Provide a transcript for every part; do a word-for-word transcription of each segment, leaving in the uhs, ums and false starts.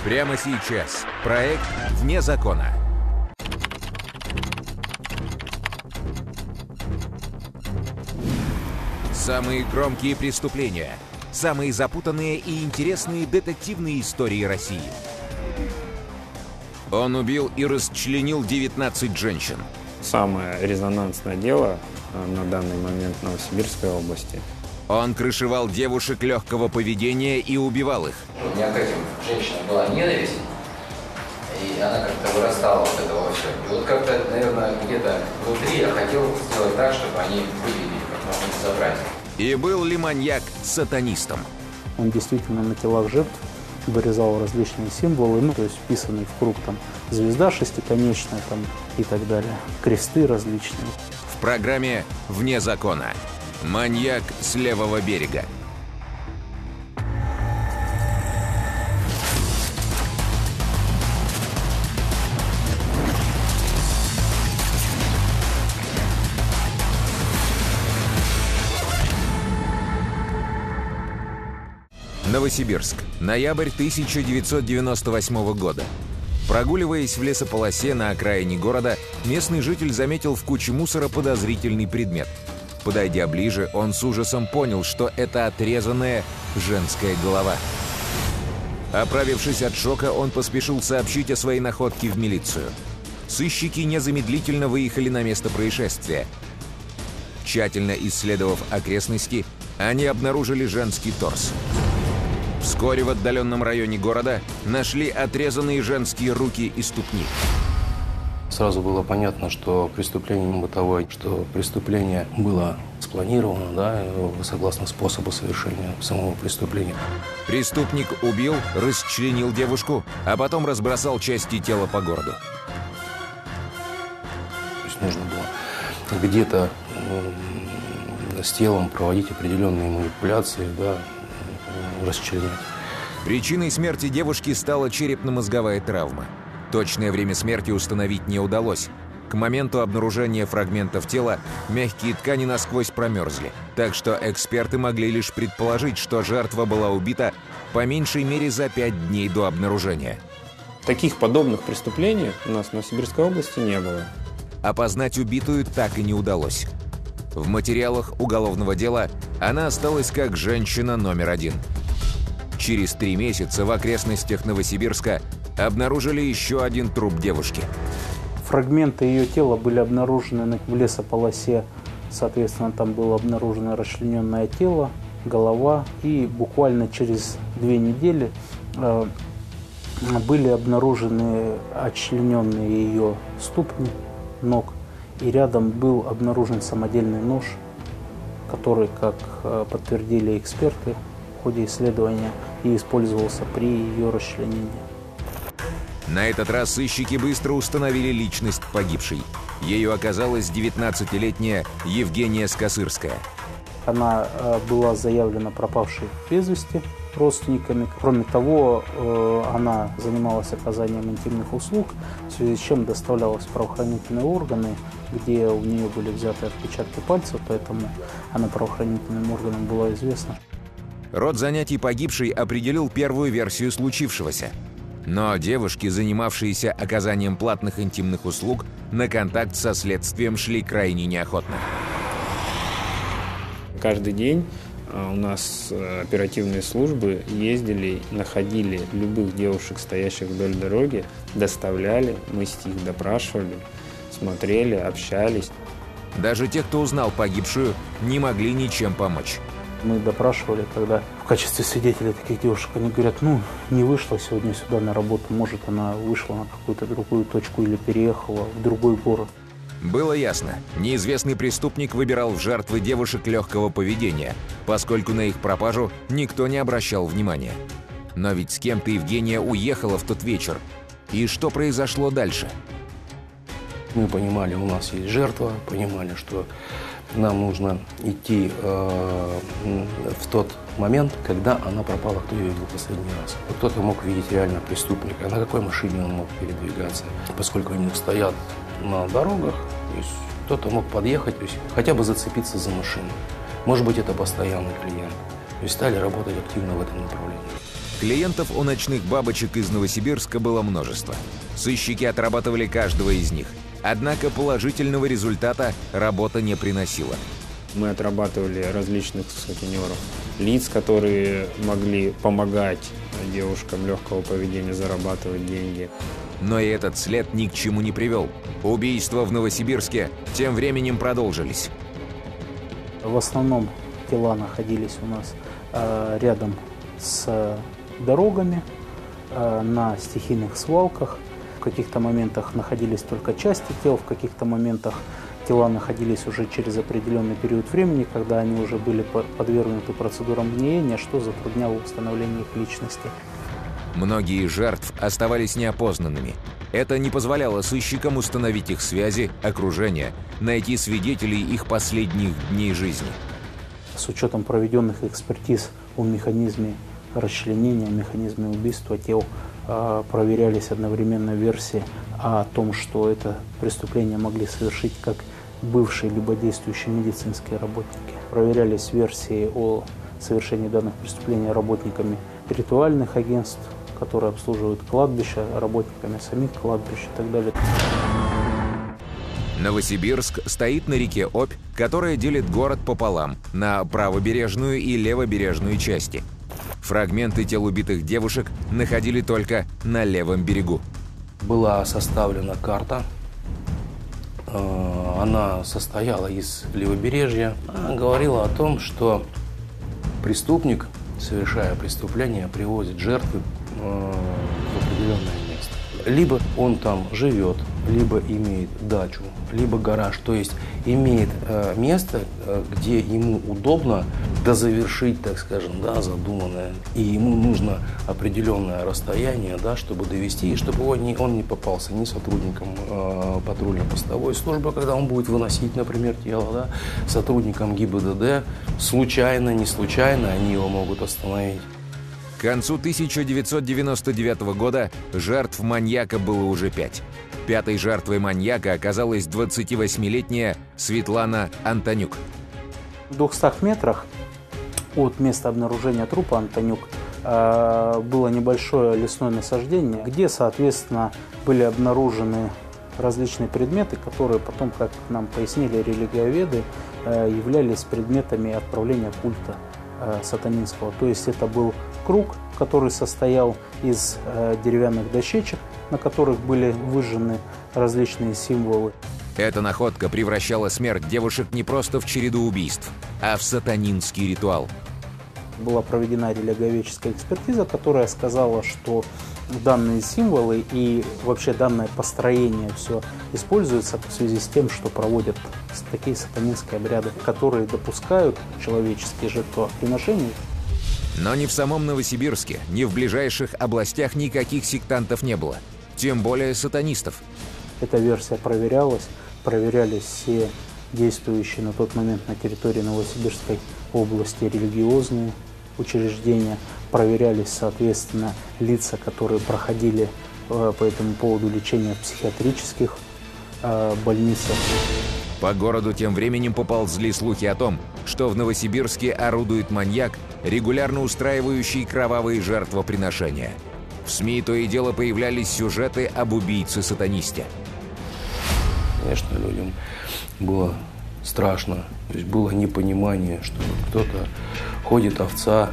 Прямо сейчас. Проект «Вне закона». Самые громкие преступления. Самые запутанные и интересные детективные истории России. Он убил и расчленил девятнадцать женщин. Самое резонансное дело на данный момент в Новосибирской области. Он крышевал девушек легкого поведения и убивал их. У меня к этим женщинам была ненависть, и она как-то вырастала от этого все. И вот как-то, наверное, где-то внутри я хотел сделать так, чтобы они выглядели как можно безобразнее. И был ли маньяк сатанистом? Он действительно на телах жертв вырезал различные символы, ну, то есть вписанные в круг, там, звезда шестиконечная, там, и так далее, кресты различные. В программе «Вне закона». Маньяк с левого берега. Новосибирск. Ноябрь тысяча девятьсот девяносто восьмого года. Прогуливаясь в лесополосе на окраине города, местный житель заметил в куче мусора подозрительный предмет. Подойдя ближе, он с ужасом понял, что это отрезанная женская голова. Оправившись от шока, он поспешил сообщить о своей находке в милицию. Сыщики незамедлительно выехали на место происшествия. Тщательно исследовав окрестности, они обнаружили женский торс. Вскоре в отдаленном районе города нашли отрезанные женские руки и ступни. Сразу было понятно, что преступление не бытовое, что преступление было спланировано, да, согласно способу совершения самого преступления. Преступник убил, расчленил девушку, а потом разбросал части тела по городу. То есть нужно было где-то э, с телом проводить определенные манипуляции, да, расчленять. Причиной смерти девушки стала черепно-мозговая травма. Точное время смерти установить не удалось. К моменту обнаружения фрагментов тела мягкие ткани насквозь промерзли, так что эксперты могли лишь предположить, что жертва была убита по меньшей мере за пять дней до обнаружения. Таких подобных преступлений у нас в Новосибирской области не было. Опознать убитую так и не удалось. В материалах уголовного дела она осталась как женщина номер один. Через три месяца в окрестностях Новосибирска обнаружили еще один труп девушки. Фрагменты ее тела были обнаружены в лесополосе. Соответственно, там было обнаружено расчлененное тело, голова. И буквально через две недели э, были обнаружены отчлененные ее ступни, ног. И рядом был обнаружен самодельный нож, который, как э, подтвердили эксперты в ходе исследования, и использовался при ее расчленении. На этот раз сыщики быстро установили личность погибшей. Ею оказалась девятнадцатилетняя Евгения Скосырская. Она э, была заявлена пропавшей без вести родственниками. Кроме того, э, она занималась оказанием интимных услуг, в связи с чем доставлялась в правоохранительные органы, где у нее были взяты отпечатки пальцев, поэтому она правоохранительным органам была известна. Род занятий погибшей определил первую версию случившегося. Но девушки, занимавшиеся оказанием платных интимных услуг, на контакт со следствием шли крайне неохотно. Каждый день у нас оперативные службы ездили, находили любых девушек, стоящих вдоль дороги, доставляли, мы их допрашивали, смотрели, общались. Даже те, кто узнал погибшую, не могли ничем помочь. Мы допрашивали, когда в качестве свидетелей таких девушек, они говорят, ну, не вышла сегодня сюда на работу, может, она вышла на какую-то другую точку или переехала в другой город. Было ясно, неизвестный преступник выбирал в жертвы девушек легкого поведения, поскольку на их пропажу никто не обращал внимания. Но ведь с кем-то Евгения уехала в тот вечер. И что произошло дальше? Мы понимали, у нас есть жертва, понимали, что нам нужно идти э, в тот момент, когда она пропала, кто ее видел последний раз. Кто-то мог видеть реально преступника, на какой машине он мог передвигаться, поскольку они стоят на дорогах, то есть кто-то мог подъехать, то есть хотя бы зацепиться за машину. Может быть, это постоянный клиент. То есть стали работать активно в этом направлении. Клиентов у ночных бабочек из Новосибирска было множество. Сыщики отрабатывали каждого из них. Однако положительного результата работа не приносила. Мы отрабатывали различных сутенеров, лиц, которые могли помогать девушкам легкого поведения зарабатывать деньги. Но и этот след ни к чему не привел. Убийства в Новосибирске тем временем продолжились. В основном тела находились у нас э, рядом с дорогами, э, на стихийных свалках. В каких-то моментах находились только части тел, в каких-то моментах тела находились уже через определенный период времени, когда они уже были подвергнуты процедурам гниения, что затрудняло установление их личности. Многие из жертв оставались неопознанными. Это не позволяло сыщикам установить их связи, окружение, найти свидетелей их последних дней жизни. С учетом проведенных экспертиз о механизме расчленения, механизме убийства тел, проверялись одновременно версии о том, что это преступление могли совершить как бывшие либо действующие медицинские работники. Проверялись версии о совершении данных преступлений работниками ритуальных агентств, которые обслуживают кладбища, работниками самих кладбищ и так далее. Новосибирск стоит на реке Обь, которая делит город пополам на правобережную и левобережную части. Фрагменты тел убитых девушек находили только на левом берегу. Была составлена карта. Она состояла из левобережья. Она говорила о том, что преступник, совершая преступление, привозит жертвы в определенное место. Либо он там живет, либо имеет дачу, либо гараж. То есть имеет э, место, э, где ему удобно дозавершить, так скажем, да, задуманное. И ему нужно определенное расстояние, да, чтобы довести, и чтобы он не, он не попался ни сотрудникам э, патрульно-постовой службы, когда он будет выносить, например, тело, да, сотрудникам ГИБДД. Случайно, не случайно они его могут остановить. К концу тысяча девятьсот девяносто девятого года жертв маньяка было уже пять. Пятой жертвой маньяка оказалась двадцативосьмилетняя Светлана Антонюк. В двухстах метрах от места обнаружения трупа Антонюк э, было небольшое лесное насаждение, где, соответственно, были обнаружены различные предметы, которые потом, как нам пояснили религиоведы, э, являлись предметами отправления культа э, сатанинского. То есть это был круг, который состоял из э, деревянных дощечек, на которых были выжжены различные символы. Эта находка превращала смерть девушек не просто в череду убийств, а в сатанинский ритуал. Была проведена религиоведческая экспертиза, которая сказала, что данные символы и вообще данное построение все используется в связи с тем, что проводят такие сатанинские обряды, которые допускают человеческие жертвоприношения. Но ни в самом Новосибирске, ни в ближайших областях никаких сектантов не было. Тем более сатанистов. Эта версия проверялась. Проверялись все действующие на тот момент на территории Новосибирской области религиозные учреждения. Проверялись, соответственно, лица, которые проходили э, по этому поводу лечения в психиатрических э, больницах. По городу тем временем поползли слухи о том, что в Новосибирске орудует маньяк, регулярно устраивающий кровавые жертвоприношения. В СМИ то и дело появлялись сюжеты об убийце-сатанисте. Конечно, людям было страшно. То есть было непонимание, что кто-то ходит овца,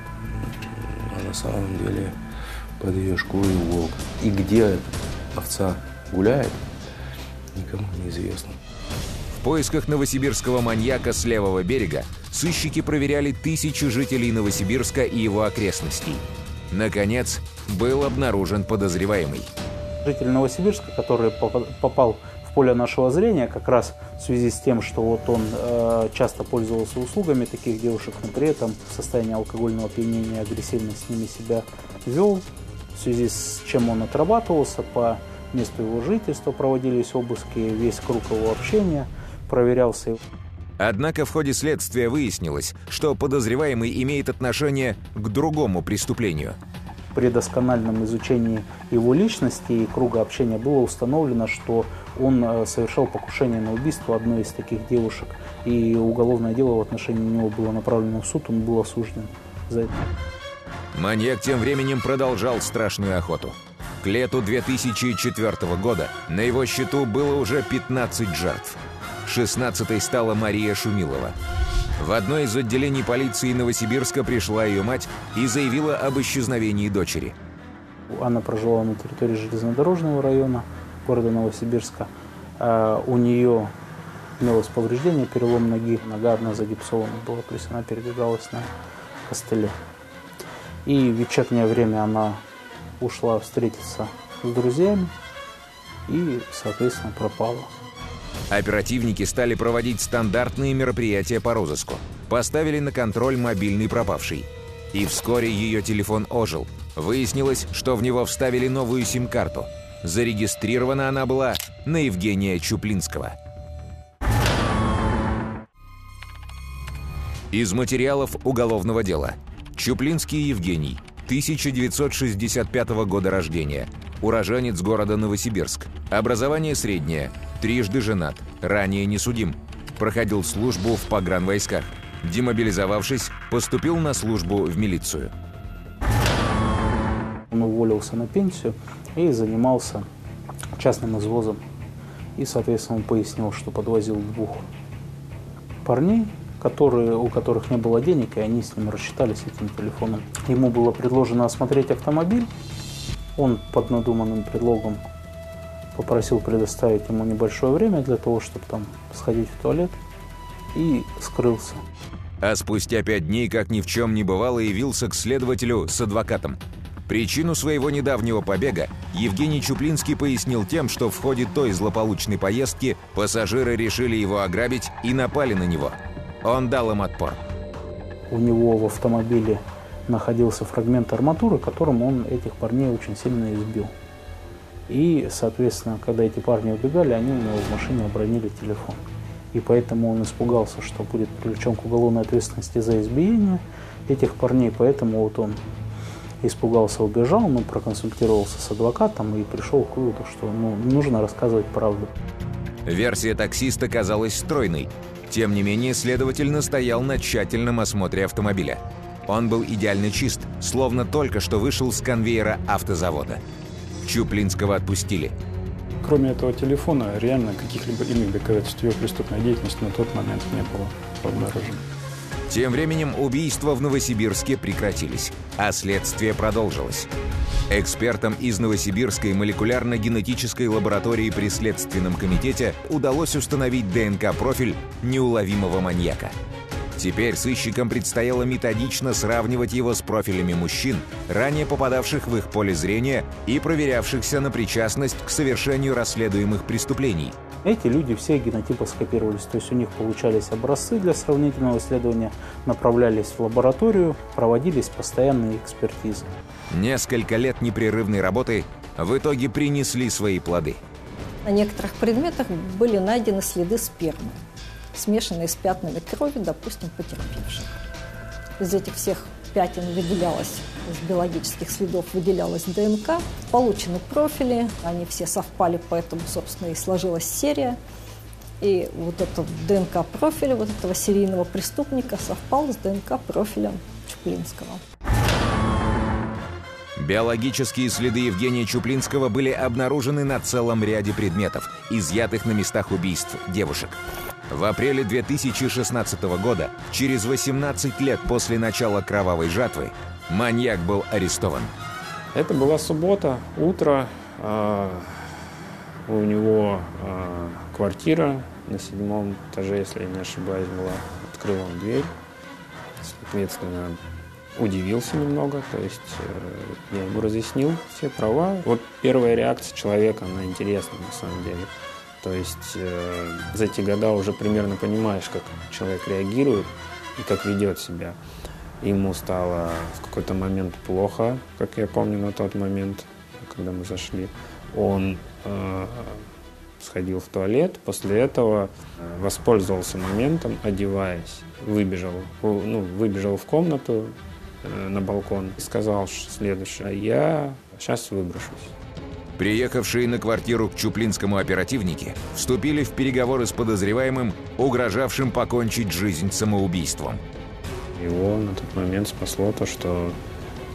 а на самом деле под ее шкурой волк. И где овца гуляет, никому неизвестно. В поисках новосибирского маньяка с левого берега сыщики проверяли тысячи жителей Новосибирска и его окрестностей. Наконец, был обнаружен подозреваемый. Житель Новосибирска, который попал в поле нашего зрения, как раз в связи с тем, что вот он э, часто пользовался услугами таких девушек, но при этом в состоянии алкогольного опьянения агрессивно с ними себя вел, в связи с чем он отрабатывался, по месту его жительства проводились обыски, весь круг его общения проверялся. Однако в ходе следствия выяснилось, что подозреваемый имеет отношение к другому преступлению. При доскональном изучении его личности и круга общения было установлено, что он совершал покушение на убийство одной из таких девушек. И уголовное дело в отношении него было направлено в суд, он был осужден за это. Маньяк тем временем продолжал страшную охоту. К лету две тысячи четвёртого года на его счету было уже пятнадцать жертв. шестнадцатой стала Мария Шумилова. В одно из отделений полиции Новосибирска пришла ее мать и заявила об исчезновении дочери. Она проживала на территории железнодорожного района города Новосибирска. А у нее имелось повреждение, перелом ноги, нога одна загипсована была, то есть она передвигалась на костыле. И в вечернее время она ушла встретиться с друзьями и, соответственно, пропала. Оперативники стали проводить стандартные мероприятия по розыску. Поставили на контроль мобильный пропавший. И вскоре ее телефон ожил. Выяснилось, что в него вставили новую сим-карту. Зарегистрирована она была на Евгения Чуплинского. Из материалов уголовного дела. Чуплинский Евгений, тысяча девятьсот шестьдесят пятого года рождения. Уроженец города Новосибирск. Образование среднее. Трижды женат. Ранее не судим. Проходил службу в погранвойсках. Демобилизовавшись, поступил на службу в милицию. Он уволился на пенсию и занимался частным извозом. И, соответственно, он пояснил, что подвозил двух парней, которые, у которых не было денег, и они с ним рассчитались этим телефоном. Ему было предложено осмотреть автомобиль. Он под надуманным предлогом попросил предоставить ему небольшое время для того, чтобы там сходить в туалет, и скрылся. А спустя пять дней, как ни в чем не бывало, явился к следователю с адвокатом. Причину своего недавнего побега Евгений Чуплинский пояснил тем, что в ходе той злополучной поездки пассажиры решили его ограбить и напали на него. Он дал им отпор. У него в автомобиле находился фрагмент арматуры, которым он этих парней очень сильно избил. И, соответственно, когда эти парни убегали, они у него в машине обронили телефон. И поэтому он испугался, что будет привлечен к уголовной ответственности за избиение этих парней. Поэтому вот он испугался, убежал, но проконсультировался с адвокатом и пришел к выводу, что ну, нужно рассказывать правду. Версия таксиста казалась стройной. Тем не менее, следователь настоял на тщательном осмотре автомобиля. Он был идеально чист, словно только что вышел с конвейера автозавода. Чуплинского отпустили. Кроме этого телефона, реально каких-либо иных доказательств его преступной деятельности на тот момент не было обнаружено. Тем временем убийства в Новосибирске прекратились, а следствие продолжилось. Экспертам из Новосибирской молекулярно-генетической лаборатории при Следственном комитете удалось установить ДНК-профиль неуловимого маньяка. Теперь сыщикам предстояло методично сравнивать его с профилями мужчин, ранее попадавших в их поле зрения и проверявшихся на причастность к совершению расследуемых преступлений. Эти люди все генотипы скопировались, то есть у них получались образцы для сравнительного исследования, направлялись в лабораторию, проводились постоянные экспертизы. Несколько лет непрерывной работы в итоге принесли свои плоды. На некоторых предметах были найдены следы спермы, смешанные с пятнами крови, допустим, потерпевших. Из этих всех пятен выделялось, из биологических следов выделялась ДНК, получены профили, они все совпали, поэтому, собственно, и сложилась серия. И вот этот ДНК-профиль вот этого серийного преступника совпал с ДНК-профилем Чуплинского. Биологические следы Евгения Чуплинского были обнаружены на целом ряде предметов, изъятых на местах убийств девушек. В апреле две тысячи шестнадцатого года, через восемнадцать лет после начала кровавой жатвы, маньяк был арестован. Это была суббота, утро. Э, у него э, квартира на седьмом этаже, если я не ошибаюсь, была. Открыл он дверь. Соответственно, удивился немного. То есть э, я ему разъяснил все права. Вот первая реакция человека, она интересна на самом деле. То есть э, за эти года уже примерно понимаешь, как человек реагирует и как ведет себя. Ему стало в какой-то момент плохо, как я помню на тот момент, когда мы зашли. Он э, сходил в туалет, после этого воспользовался моментом, одеваясь, выбежал, ну, выбежал в комнату э, на балкон и сказал следующее: «Я сейчас выброшусь». Приехавшие на квартиру к Чуплинскому оперативники вступили в переговоры с подозреваемым, угрожавшим покончить жизнь самоубийством. Его на тот момент спасло то, что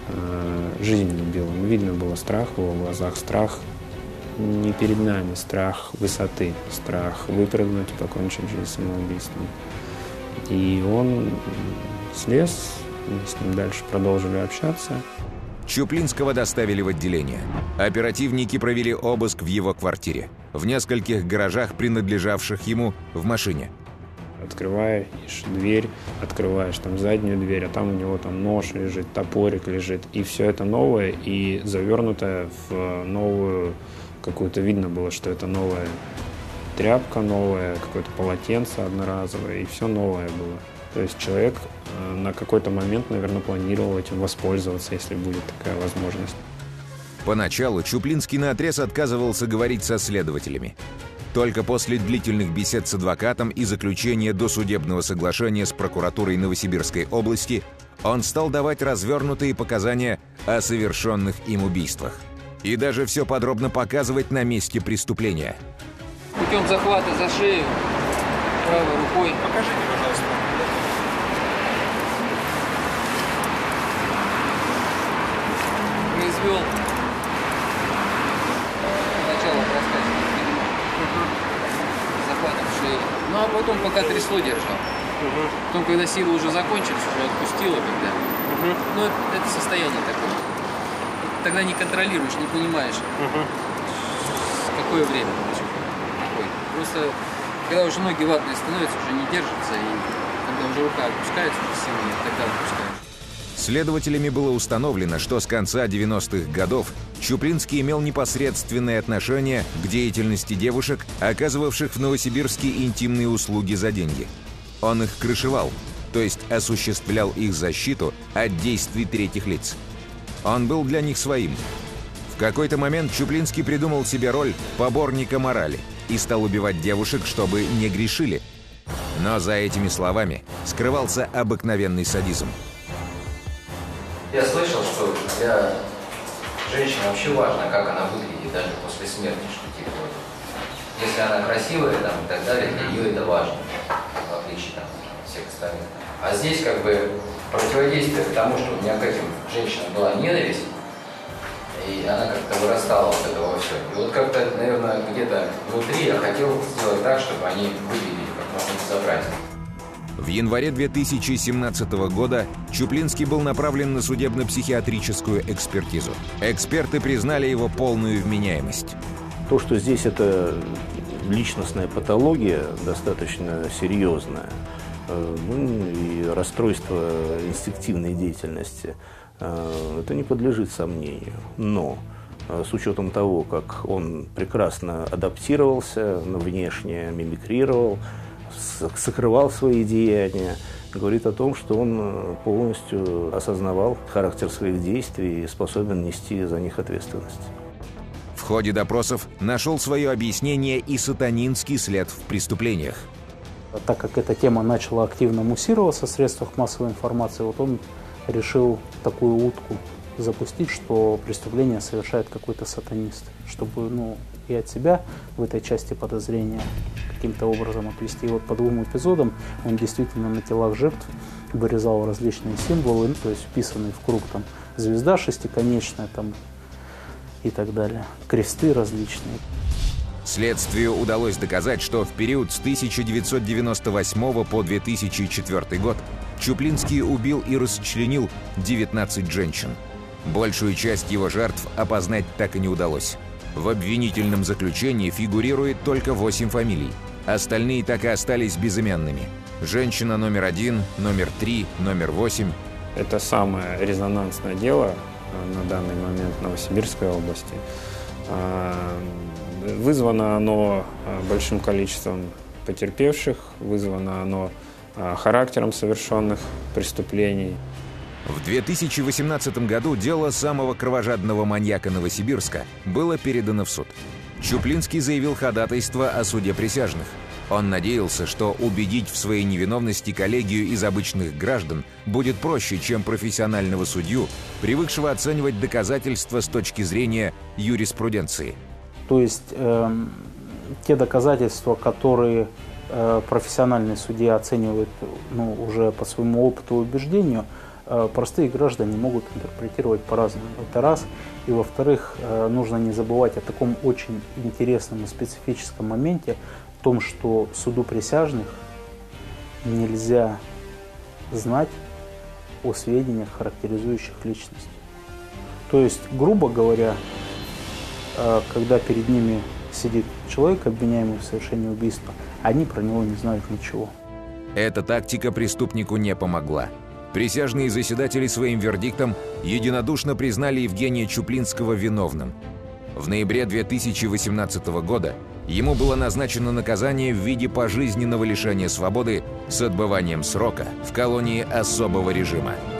жизнь любил. Видно было страх в его глазах, страх не перед нами, страх высоты, страх выпрыгнуть и покончить жизнь самоубийством. И он слез, мы с ним дальше продолжили общаться. Чуплинского доставили в отделение. Оперативники провели обыск в его квартире, в нескольких гаражах, принадлежавших ему, в машине. Открываешь дверь, открываешь там заднюю дверь, а там у него там нож лежит, топорик лежит. И все это новое и завернутое в новую какую-то, видно было, что это новая тряпка новая, какое-то полотенце одноразовое, и все новое было. То есть человек на какой-то момент, наверное, планировал этим воспользоваться, если будет такая возможность. Поначалу Чуплинский наотрез отказывался говорить со следователями. Только после длительных бесед с адвокатом и заключения досудебного соглашения с прокуратурой Новосибирской области он стал давать развернутые показания о совершенных им убийствах. И даже все подробно показывать на месте преступления. Путем захвата за шею правой рукой. Покажите, пожалуйста. Произвел сначала раскачивание захватом шеи. Ну а потом пока трясло держал. Угу. Потом, когда силы уже закончились, уже отпустило, когда. Угу. Ну это, это состояние такое. Тогда не контролируешь, не понимаешь, угу. какое время. Просто когда уже ноги ватные становятся, уже не держатся, и когда уже рука отпускается, уже силы нет, тогда отпускаешь. Следователями было установлено, что с конца девяностых годов Чуплинский имел непосредственное отношение к деятельности девушек, оказывавших в Новосибирске интимные услуги за деньги. Он их крышевал, то есть осуществлял их защиту от действий третьих лиц. Он был для них своим. В какой-то момент Чуплинский придумал себе роль поборника морали и стал убивать девушек, чтобы не грешили. Но за этими словами скрывался обыкновенный садизм. Я слышал, что для женщины вообще важно, как она выглядит даже после смерти, что типа, если она красивая там, и так далее, для нее это важно, в отличие там, от всех остальных. А здесь как бы противодействие к тому, что у меня к этим женщинам была ненависть, и она как-то вырастала от этого все. И вот как-то, наверное, где-то внутри я хотел сделать так, чтобы они выглядели как можно безобразнее. В январе две тысячи семнадцатого года Чуплинский был направлен на судебно-психиатрическую экспертизу. Эксперты признали его полную вменяемость. То, что здесь это личностная патология достаточно серьезная, ну и расстройство инстинктивной деятельности, это не подлежит сомнению. Но с учетом того, как он прекрасно адаптировался, внешне мимикрировал, сокрывал свои деяния, говорит о том, что он полностью осознавал характер своих действий и способен нести за них ответственность. В ходе допросов нашел свое объяснение и сатанинский след в преступлениях. Так как эта тема начала активно муссироваться в средствах массовой информации, вот он решил такую утку запустить, что преступление совершает какой-то сатанист, чтобы ну, и от себя в этой части подозрения каким-то образом отвести. И вот по двум эпизодам он действительно на телах жертв вырезал различные символы, ну, то есть вписанные в круг там звезда шестиконечная там, и так далее, кресты различные. Следствию удалось доказать, что в период с тысяча девятьсот девяносто восьмого по две тысячи четвёртый год Чуплинский убил и расчленил девятнадцать женщин. Большую часть его жертв опознать так и не удалось. В обвинительном заключении фигурирует только восемь фамилий. Остальные так и остались безымянными. Женщина номер один, номер три, номер восемь. Это самое резонансное дело на данный момент в Новосибирской области. Вызвано оно большим количеством потерпевших, вызвано оно характером совершенных преступлений. В две тысячи восемнадцатом году дело самого кровожадного маньяка Новосибирска было передано в суд. Чуплинский заявил ходатайство о суде присяжных. Он надеялся, что убедить в своей невиновности коллегию из обычных граждан будет проще, чем профессионального судью, привыкшего оценивать доказательства с точки зрения юриспруденции. То есть э, те доказательства, которые э, профессиональный судья оценивает ну, уже по своему опыту и убеждению, простые граждане могут интерпретировать по-разному. Это раз. И во-вторых, нужно не забывать о таком очень интересном и специфическом моменте, в том, что суду присяжных нельзя знать о сведениях, характеризующих личность. То есть, грубо говоря, когда перед ними сидит человек, обвиняемый в совершении убийства, они про него не знают ничего. Эта тактика преступнику не помогла. Присяжные заседатели своим вердиктом единодушно признали Евгения Чуплинского виновным. В ноябре две тысячи восемнадцатого года ему было назначено наказание в виде пожизненного лишения свободы с отбыванием срока в колонии особого режима.